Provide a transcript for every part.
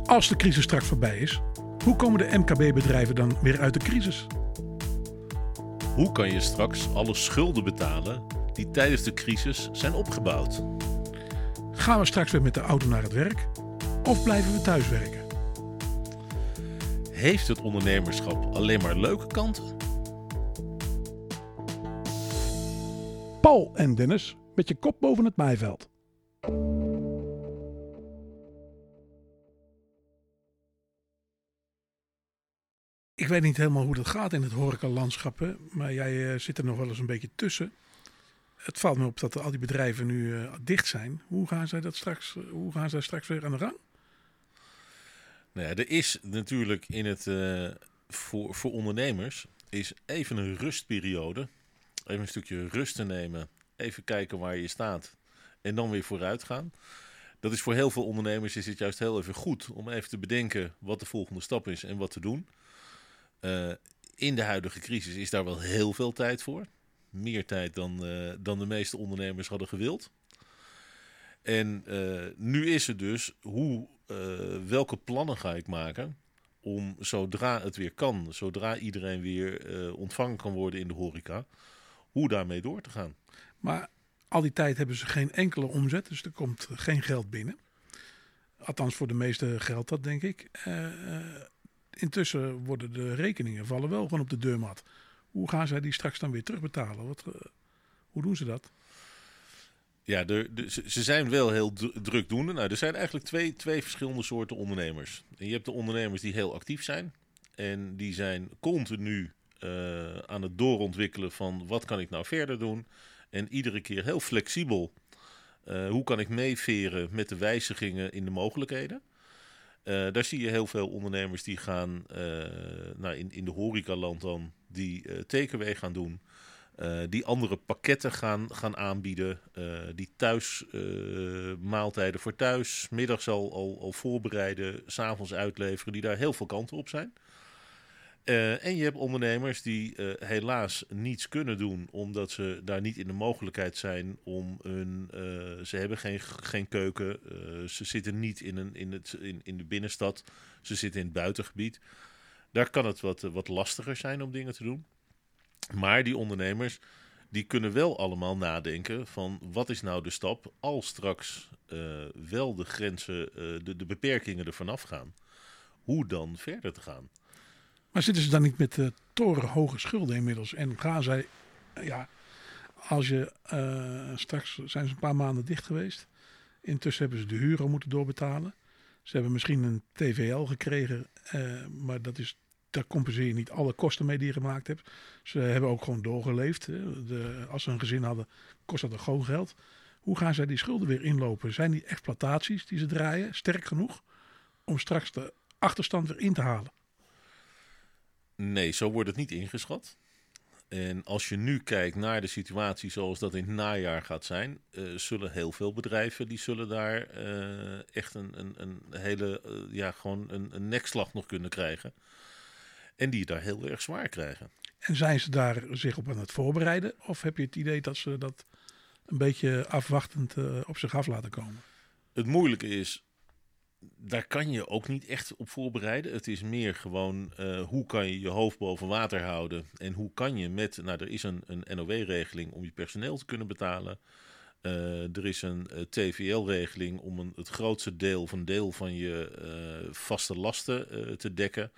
Als de crisis straks voorbij is, hoe komen de MKB-bedrijven dan weer uit de crisis? Hoe kan je straks alle schulden betalen die tijdens de crisis zijn opgebouwd? Gaan we straks weer met de auto naar het werk of blijven we thuis werken? Heeft het ondernemerschap alleen maar leuke kanten? Paul en Dennis met je kop boven het maaiveld. Ik weet niet helemaal hoe dat gaat in het horecalandschap, hè? Maar jij zit er nog wel eens een beetje tussen. Het valt me op dat al die bedrijven nu dicht zijn. Hoe gaan zij straks weer aan de gang? Nou ja, er is natuurlijk in het voor ondernemers is even een rustperiode. Even een stukje rust te nemen. Even kijken waar je staat. En dan weer vooruit gaan. Dat is voor heel veel ondernemers is het juist heel even goed om even te bedenken wat de volgende stap is en wat te doen. In de huidige crisis is daar wel heel veel tijd voor. Meer tijd dan de meeste ondernemers hadden gewild. En nu is het dus welke plannen ga ik maken om zodra het weer kan, zodra iedereen weer ontvangen kan worden in de horeca, hoe daarmee door te gaan. Maar al die tijd hebben ze geen enkele omzet, dus er komt geen geld binnen. Althans voor de meeste geldt dat, denk ik. Intussen worden de rekeningen vallen wel gewoon op de deurmat. Hoe gaan zij die straks dan weer terugbetalen? Hoe doen ze dat? Ja, ze zijn wel heel drukdoende. Nou, er zijn eigenlijk twee verschillende soorten ondernemers. En je hebt de ondernemers die heel actief zijn. En die zijn continu aan het doorontwikkelen van wat kan ik nou verder doen. En iedere keer heel flexibel. Hoe kan ik meeveren met de wijzigingen in de mogelijkheden. Daar zie je heel veel ondernemers die gaan in de horecaland dan die takeaway gaan doen. Die andere pakketten gaan aanbieden. Die thuis maaltijden voor thuis. Middags al voorbereiden. 's Avonds uitleveren. Die daar heel veel kanten op zijn. En je hebt ondernemers die helaas niets kunnen doen. Omdat ze daar niet in de mogelijkheid zijn om ze hebben geen keuken. Ze zitten niet in de binnenstad. Ze zitten in het buitengebied. Daar kan het wat lastiger zijn om dingen te doen. Maar die ondernemers die kunnen wel allemaal nadenken van wat is nou de stap als straks wel de grenzen, de beperkingen er vanaf gaan. Hoe dan verder te gaan? Maar zitten ze dan niet met torenhoge schulden inmiddels? En gaan zij, straks zijn ze een paar maanden dicht geweest. Intussen hebben ze de huur al moeten doorbetalen. Ze hebben misschien een TVL gekregen, maar daar compenseer je niet alle kosten mee die je gemaakt hebt. Ze hebben ook gewoon doorgeleefd. Als ze een gezin hadden, kost dat gewoon geld. Hoe gaan zij die schulden weer inlopen? Zijn die exploitaties die ze draaien sterk genoeg om straks de achterstand weer in te halen? Nee, zo wordt het niet ingeschat. En als je nu kijkt naar de situatie zoals dat in het najaar gaat zijn, zullen heel veel bedrijven die zullen daar echt een hele gewoon een nekslag nog kunnen krijgen. En die daar heel erg zwaar krijgen. En zijn ze daar zich op aan het voorbereiden? Of heb je het idee dat ze dat een beetje afwachtend op zich af laten komen? Het moeilijke is, daar kan je ook niet echt op voorbereiden. Het is meer gewoon hoe kan je je hoofd boven water houden. En hoe kan je er is een NOW-regeling om je personeel te kunnen betalen. Er is een TVL-regeling om het grootste deel van je vaste lasten te dekken.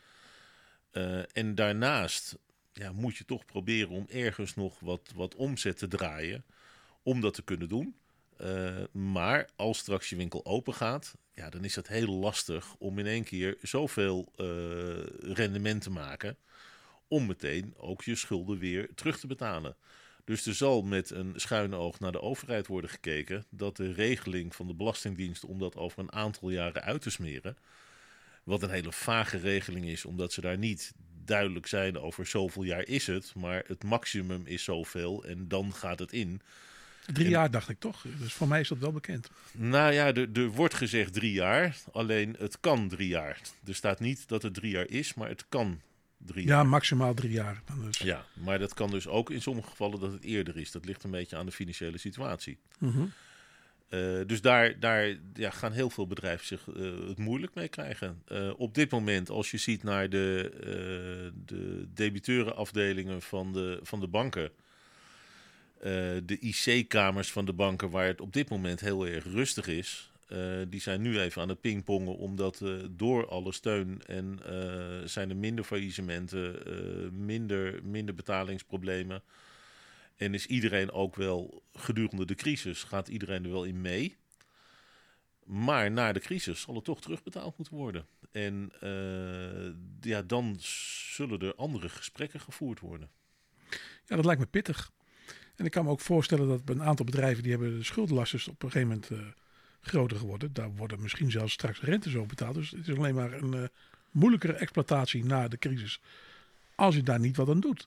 En daarnaast moet je toch proberen om ergens nog wat omzet te draaien om dat te kunnen doen. Maar als straks je winkel open gaat, dan is het heel lastig om in één keer zoveel rendement te maken om meteen ook je schulden weer terug te betalen. Dus er zal met een schuine oog naar de overheid worden gekeken dat de regeling van de Belastingdienst om dat over een aantal jaren uit te smeren, wat een hele vage regeling is, omdat ze daar niet duidelijk zijn over zoveel jaar is het, maar het maximum is zoveel en dan gaat het in. 3 jaar dacht ik toch? Dus voor mij is dat wel bekend. Nou ja, er wordt gezegd 3 jaar, alleen het kan 3 jaar. Er staat niet dat het 3 jaar is, maar het kan 3 jaar. Ja, maximaal 3 jaar. Dan dus. Ja, maar dat kan dus ook in sommige gevallen dat het eerder is. Dat ligt een beetje aan de financiële situatie. Mm-hmm. Dus daar gaan heel veel bedrijven zich het moeilijk mee krijgen. Op dit moment, als je ziet naar de debiteurenafdelingen van de banken, de IC-kamers van de banken, waar het op dit moment heel erg rustig is, die zijn nu even aan het pingpongen, omdat door alle steun en zijn er minder faillissementen, minder betalingsproblemen. En is iedereen ook wel gedurende de crisis, gaat iedereen er wel in mee. Maar na de crisis zal het toch terugbetaald moeten worden. En dan zullen er andere gesprekken gevoerd worden. Ja, dat lijkt me pittig. En ik kan me ook voorstellen dat bij een aantal bedrijven die hebben de schuldenlast is op een gegeven moment groter geworden. Daar worden misschien zelfs straks rentes over betaald. Dus het is alleen maar een moeilijkere exploitatie na de crisis. Als je daar niet wat aan doet.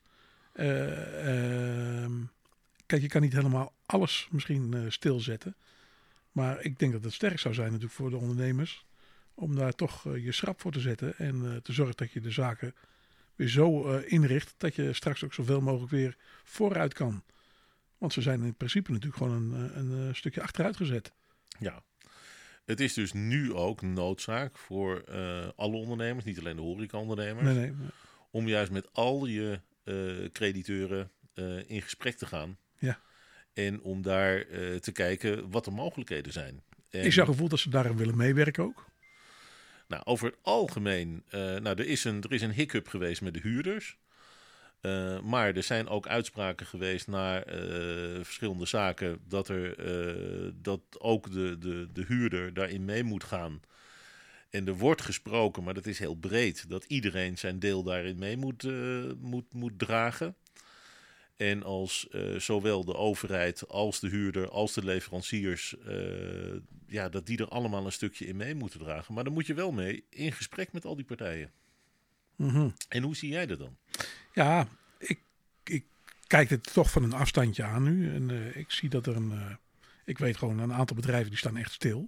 Kijk, je kan niet helemaal alles misschien stilzetten. Maar ik denk dat het sterk zou zijn natuurlijk voor de ondernemers. Om daar toch je schrap voor te zetten. En te zorgen dat je de zaken weer zo inricht. Dat je straks ook zoveel mogelijk weer vooruit kan. Want ze zijn in principe natuurlijk gewoon een stukje achteruit gezet. Ja, het is dus nu ook noodzaak voor alle ondernemers, niet alleen de horecaondernemers, Nee. om juist met al je crediteuren in gesprek te gaan. Ja. En om daar te kijken wat de mogelijkheden zijn. En, is jouw gevoel dat ze daarin willen meewerken ook? Nou, over het algemeen, er is een hiccup geweest met de huurders. Maar er zijn ook uitspraken geweest naar verschillende zaken dat ook de huurder daarin mee moet gaan. En er wordt gesproken, maar dat is heel breed, dat iedereen zijn deel daarin mee moet dragen. En als zowel de overheid als de huurder als de leveranciers, dat die er allemaal een stukje in mee moeten dragen. Maar dan moet je wel mee in gesprek met al die partijen. Mm-hmm. En hoe zie jij dat dan? Ja, ik kijk het toch van een afstandje aan nu. En ik zie dat er ik weet gewoon een aantal bedrijven die staan echt stil.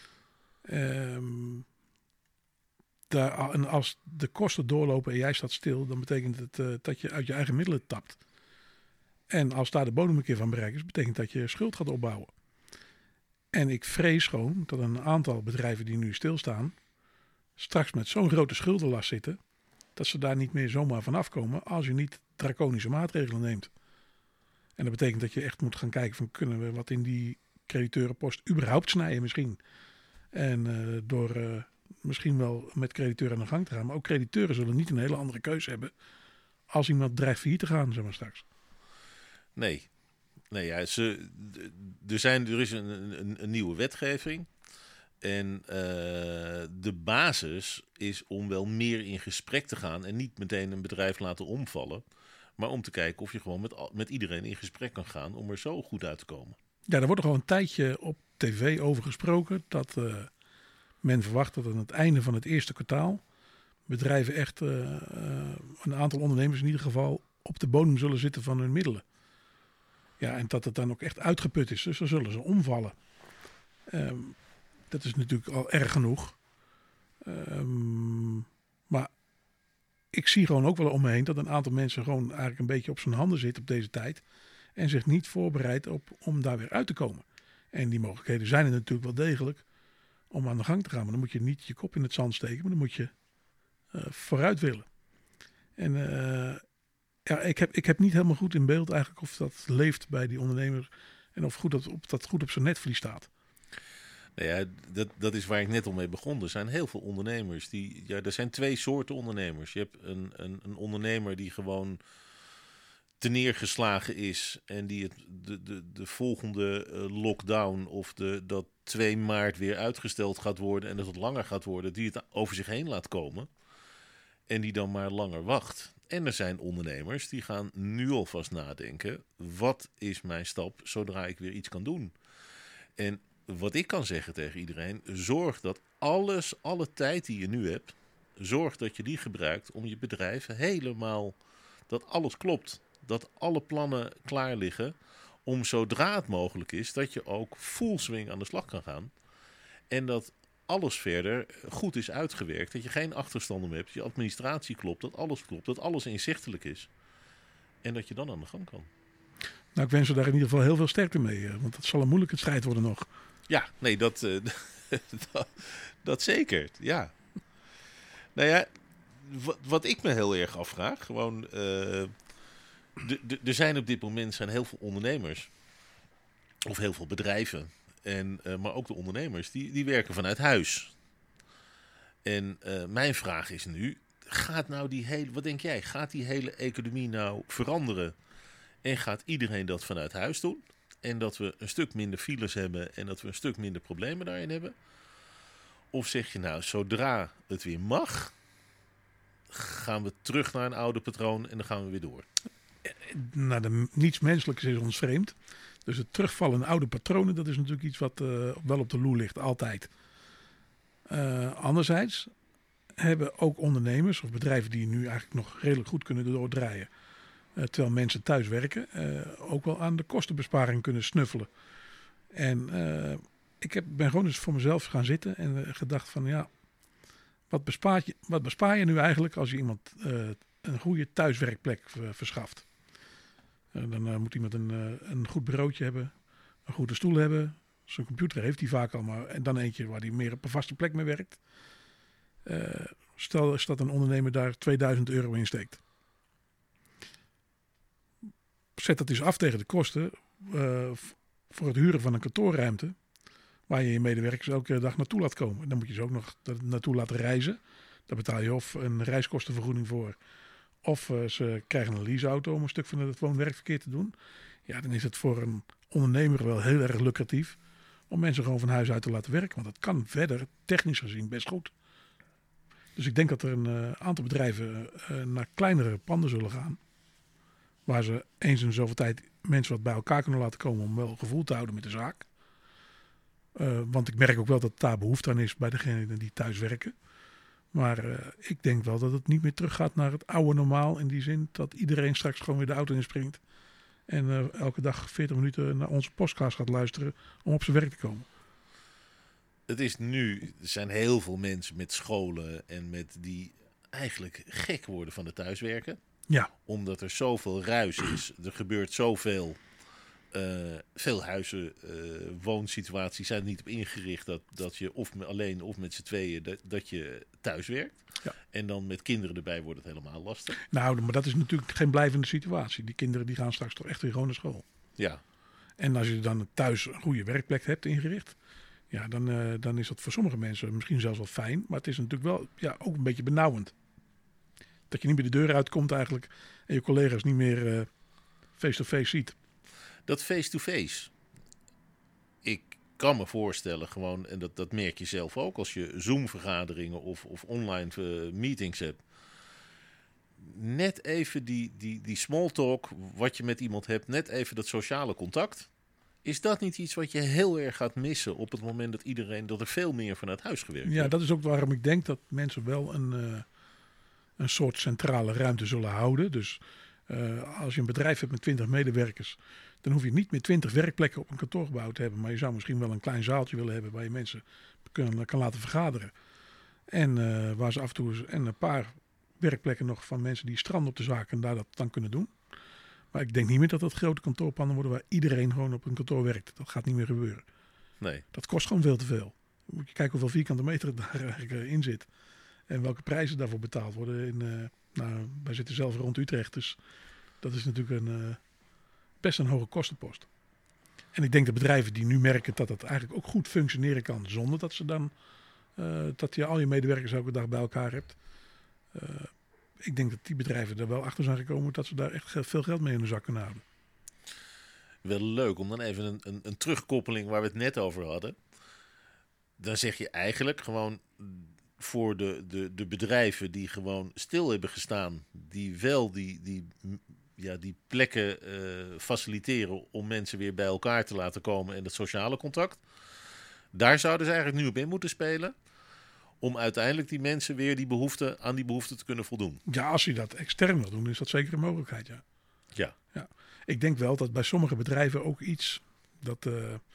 En als de kosten doorlopen en jij staat stil, dan betekent het dat je uit je eigen middelen tapt. En als daar de bodem een keer van bereikt is, betekent dat je schuld gaat opbouwen. En ik vrees gewoon dat een aantal bedrijven die nu stilstaan, straks met zo'n grote schuldenlast zitten, dat ze daar niet meer zomaar van afkomen als je niet draconische maatregelen neemt. En dat betekent dat je echt moet gaan kijken van kunnen we wat in die crediteurenpost überhaupt snijden misschien. En door misschien wel met crediteuren aan de gang te gaan. Maar ook crediteuren zullen niet een hele andere keuze hebben als iemand dreigt failliet te gaan, zeg maar straks. Nee, ja, er is een nieuwe wetgeving. En de basis is om wel meer in gesprek te gaan en niet meteen een bedrijf laten omvallen. Maar om te kijken of je gewoon met iedereen in gesprek kan gaan om er zo goed uit te komen. Ja, er wordt er gewoon een tijdje op tv over gesproken dat men verwacht dat aan het einde van het eerste kwartaal bedrijven echt een aantal ondernemers in ieder geval op de bodem zullen zitten van hun middelen. Ja, en dat het dan ook echt uitgeput is. Dus dan zullen ze omvallen. Dat is natuurlijk al erg genoeg. Maar ik zie gewoon ook wel om me heen dat een aantal mensen gewoon eigenlijk een beetje op zijn handen zitten op deze tijd. En zich niet voorbereidt om daar weer uit te komen. En die mogelijkheden zijn er natuurlijk wel degelijk om aan de gang te gaan. Maar dan moet je niet je kop in het zand steken, maar dan moet je vooruit willen. En ik heb niet helemaal goed in beeld eigenlijk of dat leeft bij die ondernemer. En of dat goed op zijn netvlies staat. Nou ja, dat is waar ik net al mee begon. Er zijn heel veel ondernemers. Er zijn twee soorten ondernemers. Je hebt een ondernemer die gewoon teneergeslagen is en die de volgende lockdown of dat 2 maart weer uitgesteld gaat worden en dat het langer gaat worden, die het over zich heen laat komen en die dan maar langer wacht. En er zijn ondernemers die gaan nu alvast nadenken, wat is mijn stap zodra ik weer iets kan doen? En wat ik kan zeggen tegen iedereen, zorg dat alle tijd die je nu hebt, zorg dat je die gebruikt om je bedrijf helemaal, dat alles klopt. Dat alle plannen klaar liggen om zodra het mogelijk is, dat je ook full swing aan de slag kan gaan. En dat alles verder goed is uitgewerkt. Dat je geen achterstanden meer hebt, je administratie klopt, dat alles inzichtelijk is. En dat je dan aan de gang kan. Nou, ik wens je daar in ieder geval heel veel sterkte mee. Want het zal een moeilijke strijd worden nog. Ja, nee, dat zeker, ja. Nou ja, wat ik me heel erg afvraag, gewoon... er zijn op dit moment heel veel ondernemers, of heel veel bedrijven, maar ook de ondernemers, die werken vanuit huis. En mijn vraag is nu, wat denk jij, gaat die hele economie nou veranderen? En gaat iedereen dat vanuit huis doen? En dat we een stuk minder files hebben en dat we een stuk minder problemen daarin hebben? Of zeg je nou, zodra het weer mag, gaan we terug naar een oude patroon en dan gaan we weer door? Nou, niets menselijks is ons vreemd. Dus het terugvallen in oude patronen, dat is natuurlijk iets wat wel op de loer ligt, altijd. Anderzijds hebben ook ondernemers of bedrijven die nu eigenlijk nog redelijk goed kunnen doordraaien, terwijl mensen thuis werken, ook wel aan de kostenbesparing kunnen snuffelen. En ben gewoon eens voor mezelf gaan zitten en gedacht van ja, wat bespaar je nu eigenlijk als je iemand een goede thuiswerkplek verschaft? Dan moet iemand een goed bureautje hebben, een goede stoel hebben. Zijn computer heeft hij vaak al, maar en dan eentje waar hij meer op een vaste plek mee werkt. Stel dat een ondernemer daar €2000 in steekt. Zet dat eens af tegen de kosten voor het huren van een kantoorruimte, waar je je medewerkers elke dag naartoe laat komen. Dan moet je ze ook nog naartoe laten reizen. Daar betaal je of een reiskostenvergoeding voor, of ze krijgen een leaseauto om een stuk van het woon-werkverkeer te doen. Ja, dan is het voor een ondernemer wel heel erg lucratief om mensen gewoon van huis uit te laten werken. Want dat kan verder, technisch gezien, best goed. Dus ik denk dat er een aantal bedrijven naar kleinere panden zullen gaan, waar ze eens in zoveel tijd mensen wat bij elkaar kunnen laten komen om wel gevoel te houden met de zaak. Want ik merk ook wel dat daar behoefte aan is bij degenen die thuis werken. Maar ik denk wel dat het niet meer teruggaat naar het oude normaal. In die zin dat iedereen straks gewoon weer de auto inspringt. En elke dag 40 minuten naar onze podcast gaat luisteren om op zijn werk te komen. Er zijn heel veel mensen met scholen en met die eigenlijk gek worden van het thuiswerken. Ja. Omdat er zoveel ruis is. Er gebeurt zoveel. Veel huizen, woonsituaties zijn er niet op ingericht dat je of alleen of met z'n tweeën dat je thuis werkt. Ja. En dan met kinderen erbij wordt het helemaal lastig. Nou, maar dat is natuurlijk geen blijvende situatie. Die kinderen die gaan straks toch echt weer gewoon naar school. Ja. En als je dan thuis een goede werkplek hebt ingericht, ja, dan is dat voor sommige mensen misschien zelfs wel fijn. Maar het is natuurlijk wel ook een beetje benauwend. Dat je niet meer de deur uitkomt eigenlijk en je collega's niet meer face-to-face ziet. Dat face-to-face. Ik kan me voorstellen gewoon, en dat merk je zelf ook, als je Zoom-vergaderingen of online meetings hebt. Net even die small talk, wat je met iemand hebt, net even dat sociale contact. Is dat niet iets wat je heel erg gaat missen op het moment dat er veel meer vanuit huis gewerkt wordt? Ja, dat is ook waarom ik denk dat mensen wel een soort centrale ruimte zullen houden. Dus als je een bedrijf hebt met 20 medewerkers, dan hoef je niet meer 20 werkplekken op een kantoorgebouw te hebben. Maar je zou misschien wel een klein zaaltje willen hebben waar je mensen kan laten vergaderen. En waar ze af en toe een paar werkplekken nog van mensen die stranden op de zaak en daar dat dan kunnen doen. Maar ik denk niet meer dat dat grote kantoorpanden worden waar iedereen gewoon op een kantoor werkt. Dat gaat niet meer gebeuren. Nee. Dat kost gewoon veel te veel. Moet je kijken hoeveel vierkante meter daar eigenlijk in zit. En welke prijzen daarvoor betaald worden. Wij zitten zelf rond Utrecht, dus dat is natuurlijk best een hoge kostenpost. En ik denk dat bedrijven die nu merken dat dat eigenlijk ook goed functioneren kan, zonder dat ze dan dat je al je medewerkers elke dag bij elkaar hebt. Ik denk dat die bedrijven er wel achter zijn gekomen dat ze daar echt veel geld mee in de zak kunnen houden. Wel leuk om dan even een terugkoppeling waar we het net over hadden. Dan zeg je eigenlijk gewoon voor de bedrijven die gewoon stil hebben gestaan, die wel die plekken faciliteren om mensen weer bij elkaar te laten komen en dat sociale contact. Daar zouden ze eigenlijk nu op in moeten spelen. Om uiteindelijk die mensen weer aan die behoefte te kunnen voldoen. Ja, als je dat extern wil doen, is dat zeker een mogelijkheid, ja. Ja. Ik denk wel dat bij sommige bedrijven ook iets dat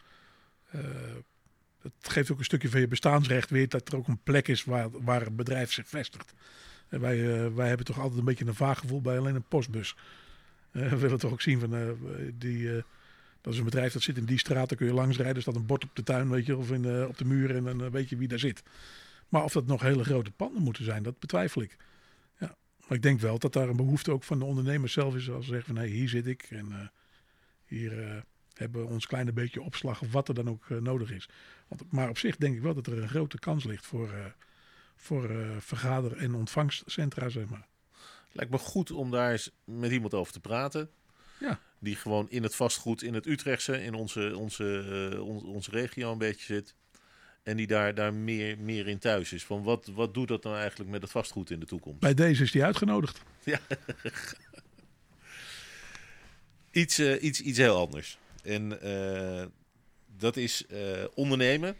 geeft ook een stukje van je bestaansrecht weer, dat er ook een plek is waar een bedrijf zich vestigt. Wij hebben toch altijd een beetje een vaag gevoel bij alleen een postbus. We willen toch ook zien van Dat is een bedrijf dat zit in die straat, daar kun je langs rijden. Er staat een bord op de tuin, weet je, of op de muur en dan weet je wie daar zit. Maar of dat nog hele grote panden moeten zijn, dat betwijfel ik. Ja. Maar ik denk wel dat daar een behoefte ook van de ondernemers zelf is. Als ze zeggen van, hey, hier zit ik en hier hebben we ons kleine beetje opslag of wat er dan ook nodig is. Maar op zich denk ik wel dat er een grote kans ligt voor vergader- en ontvangstcentra, zeg maar. Lijkt me goed om daar eens met iemand over te praten. Ja. Die gewoon in het vastgoed, in het Utrechtse, in onze regio een beetje zit. En die daar meer in thuis is. Van wat doet dat nou eigenlijk met het vastgoed in de toekomst? Bij deze is die uitgenodigd. Ja. Iets heel anders. En dat is ondernemen.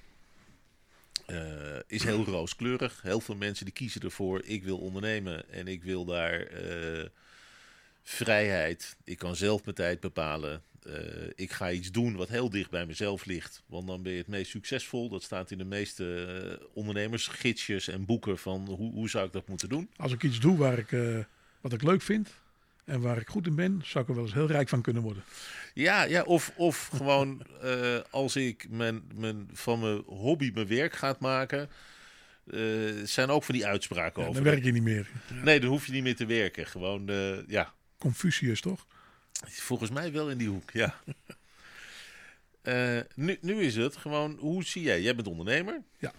Is heel rooskleurig. Heel veel mensen die kiezen ervoor. Ik wil ondernemen en ik wil daar vrijheid. Ik kan zelf mijn tijd bepalen. Ik ga iets doen wat heel dicht bij mezelf ligt. Want dan ben je het meest succesvol. Dat staat in de meeste ondernemersgidsjes en boeken van hoe zou ik dat moeten doen. Als ik iets doe wat ik leuk vind en waar ik goed in ben, zou ik er wel eens heel rijk van kunnen worden. Ja, of gewoon als ik van mijn hobby mijn werk gaat maken. Zijn ook van die uitspraken over. Dan werk je niet meer. Ja. Nee, dan hoef je niet meer te werken. Gewoon, ja. Confucius, toch? Volgens mij wel in die hoek, ja. Nu is het gewoon, hoe zie jij? Jij bent ondernemer. Ja.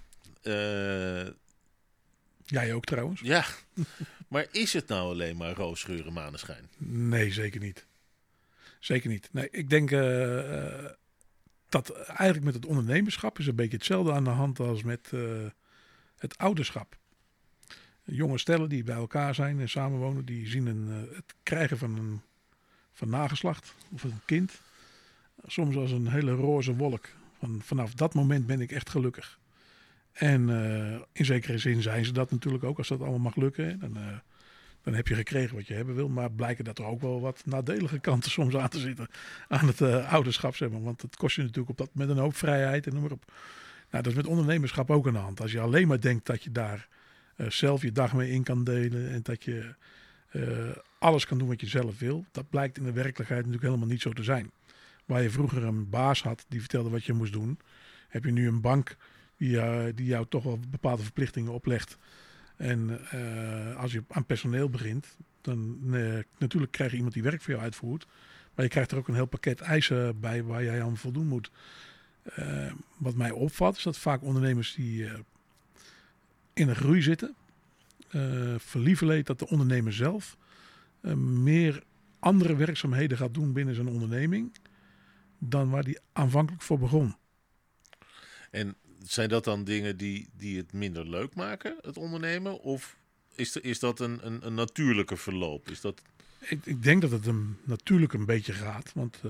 Jij ook trouwens. Ja, maar is het nou alleen maar roosgeur en maneschijn? Nee, zeker niet. Zeker niet. Nee, ik denk dat eigenlijk met het ondernemerschap is een beetje hetzelfde aan de hand als met het ouderschap. Jonge stellen die bij elkaar zijn en samenwonen, die zien het krijgen van nageslacht of een kind soms als een hele roze wolk. Vanaf dat moment ben ik echt gelukkig. En in zekere zin zijn ze dat natuurlijk ook. Als dat allemaal mag lukken, dan heb je gekregen wat je hebben wil. Maar blijken dat er ook wel wat nadelige kanten soms aan te zitten aan het ouderschap. Zeg maar. Want het kost je natuurlijk met een hoop vrijheid en noem maar op. Nou, dat is met ondernemerschap ook aan de hand. Als je alleen maar denkt dat je daar zelf je dag mee in kan delen en dat je alles kan doen wat je zelf wil. Dat blijkt in de werkelijkheid natuurlijk helemaal niet zo te zijn. Waar je vroeger een baas had die vertelde wat je moest doen, heb je nu een bank die jou toch wel bepaalde verplichtingen oplegt. En als je aan personeel begint, dan natuurlijk krijg je iemand die werk voor jou uitvoert. Maar je krijgt er ook een heel pakket eisen bij waar jij aan voldoen moet. Wat mij opvalt is dat vaak ondernemers die in een groei zitten, verlieven dat de ondernemer zelf meer andere werkzaamheden gaat doen binnen zijn onderneming dan waar die aanvankelijk voor begon. En zijn dat dan dingen die het minder leuk maken, het ondernemen? Of is dat een natuurlijke verloop? Is dat... Ik denk dat het natuurlijk een beetje gaat. Want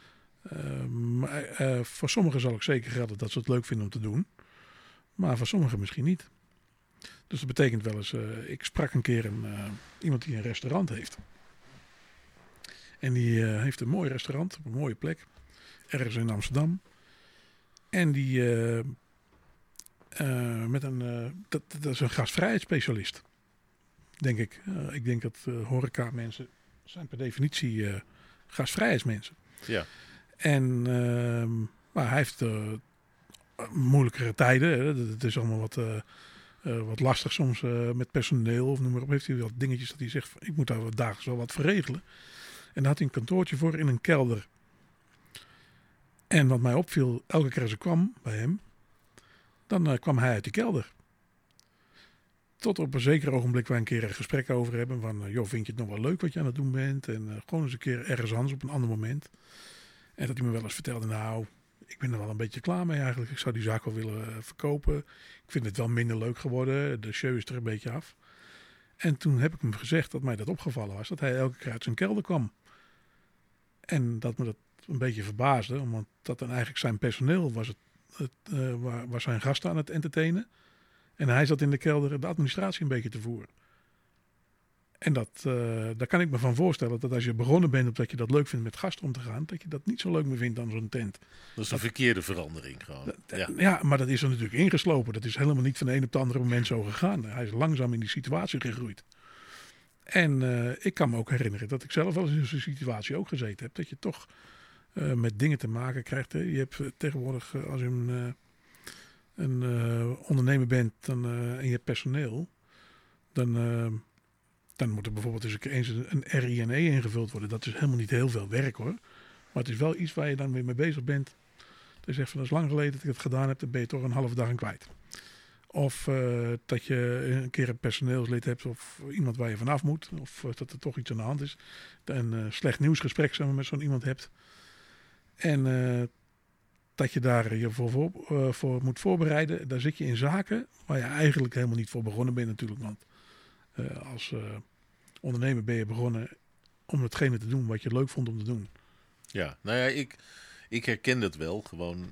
voor sommigen zal ik zeker gelden dat ze het leuk vinden om te doen. Maar voor sommigen misschien niet. Dus dat betekent wel eens... ik sprak een keer iemand die een restaurant heeft. En die heeft een mooi restaurant op een mooie plek. Ergens in Amsterdam. En die... dat is een gastvrijheidsspecialist. Denk ik. Ik denk dat horeca mensen zijn per definitie gastvrijheidsmensen. Ja. En maar hij heeft moeilijkere tijden. Hè. Het is allemaal wat lastig soms met personeel of noem maar op. Heeft hij wat dingetjes dat hij zegt, ik moet daar dagelijks wel wat voor regelen. En daar had hij een kantoortje voor in een kelder. En wat mij opviel, elke keer als ik kwam bij hem, dan kwam hij uit de kelder. Tot op een zeker ogenblik wij een keer een gesprek over hebben. Van, joh, vind je het nog wel leuk wat je aan het doen bent? En gewoon eens een keer ergens anders op een ander moment. En dat hij me wel eens vertelde, nou, ik ben er wel een beetje klaar mee eigenlijk. Ik zou die zaak wel willen verkopen. Ik vind het wel minder leuk geworden. De show is er een beetje af. En toen heb ik hem gezegd dat mij dat opgevallen was. Dat hij elke keer uit zijn kelder kwam. En dat me dat een beetje verbaasde. Omdat dat dan eigenlijk zijn personeel was waar zijn gasten aan het entertainen. En hij zat in de kelder de administratie een beetje te voeren. En daar kan ik me van voorstellen dat als je begonnen bent op dat je dat leuk vindt met gasten om te gaan, dat je dat niet zo leuk meer vindt dan zo'n tent. Dat is een verkeerde verandering gewoon. Ja, maar dat is er natuurlijk ingeslopen. Dat is helemaal niet van de een op de andere moment zo gegaan. Hij is langzaam in die situatie gegroeid. En ik kan me ook herinneren dat ik zelf wel eens in zo'n situatie ook gezeten heb. Dat je toch met dingen te maken krijgt. Hè. Je hebt tegenwoordig, als je een ondernemer bent en je hebt personeel, dan moet er bijvoorbeeld eens een RINE ingevuld worden. Dat is helemaal niet heel veel werk hoor. Maar het is wel iets waar je dan weer mee bezig bent. Je zegt van dat is lang geleden dat ik het gedaan heb, dan ben je toch een halve dag aan kwijt. Of dat je een keer een personeelslid hebt of iemand waar je vanaf moet. Of dat er toch iets aan de hand is. Een slecht nieuwsgesprek met zo'n iemand hebt. En dat je daar je voor moet voorbereiden. Daar zit je in zaken waar je eigenlijk helemaal niet voor begonnen bent natuurlijk. Want als ondernemer ben je begonnen om hetgene te doen wat je leuk vond om te doen. Ja, nou ja, ik herken dat wel. Gewoon,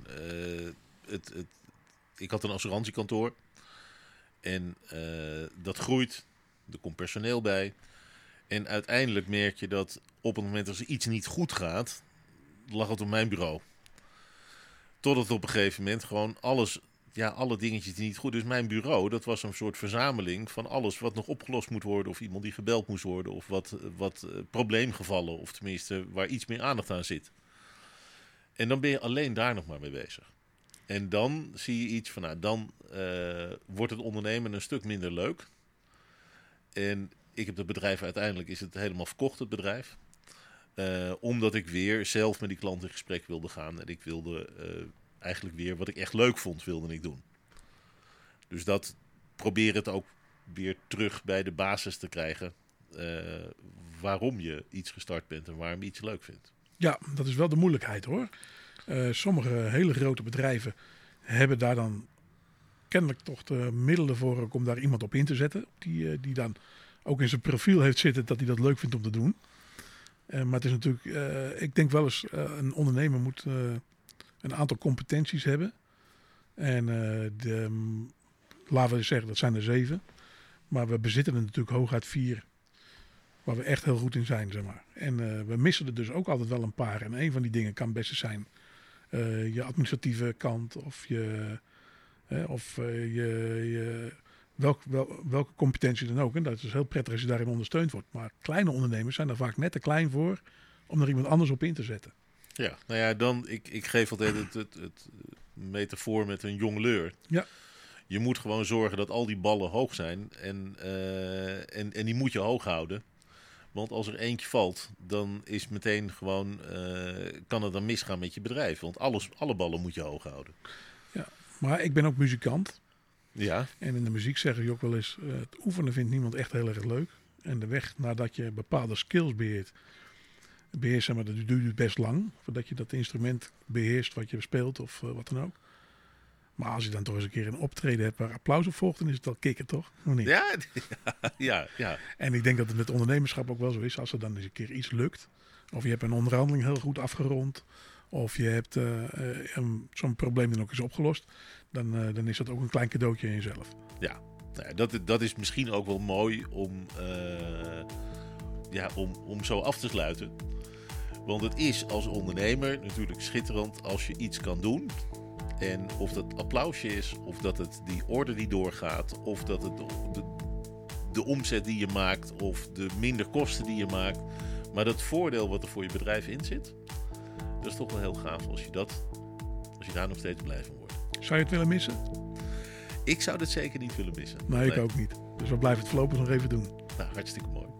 ik had een assurantiekantoor. En dat groeit. Er komt personeel bij. En uiteindelijk merk je dat op het moment als er iets niet goed gaat, lag het op mijn bureau. Totdat op een gegeven moment gewoon alle dingetjes die niet goed. Dus mijn bureau, dat was een soort verzameling van alles wat nog opgelost moet worden. Of iemand die gebeld moest worden. Of wat probleemgevallen. Of tenminste waar iets meer aandacht aan zit. En dan ben je alleen daar nog maar mee bezig. En dan zie je iets van, dan wordt het ondernemen een stuk minder leuk. En ik heb het bedrijf, uiteindelijk is het helemaal verkocht, het bedrijf. Omdat ik weer zelf met die klant in gesprek wilde gaan. En ik wilde eigenlijk weer wat ik echt leuk vond, wilde ik doen. Dus dat probeer het ook weer terug bij de basis te krijgen. Waarom je iets gestart bent en waarom je iets leuk vindt. Ja, dat is wel de moeilijkheid hoor. Sommige hele grote bedrijven hebben daar dan kennelijk toch de middelen voor ook om daar iemand op in te zetten. Die dan ook in zijn profiel heeft zitten dat hij dat leuk vindt om te doen. Maar het is natuurlijk, ik denk wel eens, een ondernemer moet een aantal competenties hebben. En laten we zeggen, dat zijn er 7. Maar we bezitten er natuurlijk hooguit 4 waar we echt heel goed in zijn, zeg maar. En we missen er dus ook altijd wel een paar. En een van die dingen kan best zijn je administratieve kant of welke competentie dan ook. En dat is heel prettig als je daarin ondersteund wordt. Maar kleine ondernemers zijn er vaak net te klein voor om er iemand anders op in te zetten. Ja, nou ja, ik geef altijd het metafoor met een jongleur. Ja. Je moet gewoon zorgen dat al die ballen hoog zijn en die moet je hoog houden. Want als er eentje valt, dan is meteen gewoon, kan het dan misgaan met je bedrijf. Want alle ballen moet je hoog houden. Ja, maar ik ben ook muzikant. Ja. En in de muziek zeggen je ook wel eens, het oefenen vindt niemand echt heel erg leuk. En de weg nadat je bepaalde skills beheerst, maar dat duurt best lang. Voordat je dat instrument beheerst wat je speelt of wat dan ook. Maar als je dan toch eens een keer een optreden hebt waar applaus op volgt, dan is het wel kicken, toch? Of niet? Ja. En ik denk dat het met ondernemerschap ook wel zo is. Als er dan eens een keer iets lukt. Of je hebt een onderhandeling heel goed afgerond. Of je hebt zo'n probleem dan ook eens opgelost. Dan is dat ook een klein cadeautje in jezelf. Ja, nou, dat is misschien ook wel mooi om zo af te sluiten. Want het is als ondernemer natuurlijk schitterend als je iets kan doen. En of dat applausje is, of dat het die orde die doorgaat, of dat het de omzet die je maakt, of de minder kosten die je maakt. Maar dat voordeel wat er voor je bedrijf in zit, dat is toch wel heel gaaf als je daar nog steeds blij van wordt. Zou je het willen missen? Ik zou dit zeker niet willen missen. Nee, ik ook niet. Dus we blijven het voorlopig nog even doen. Nou, hartstikke mooi.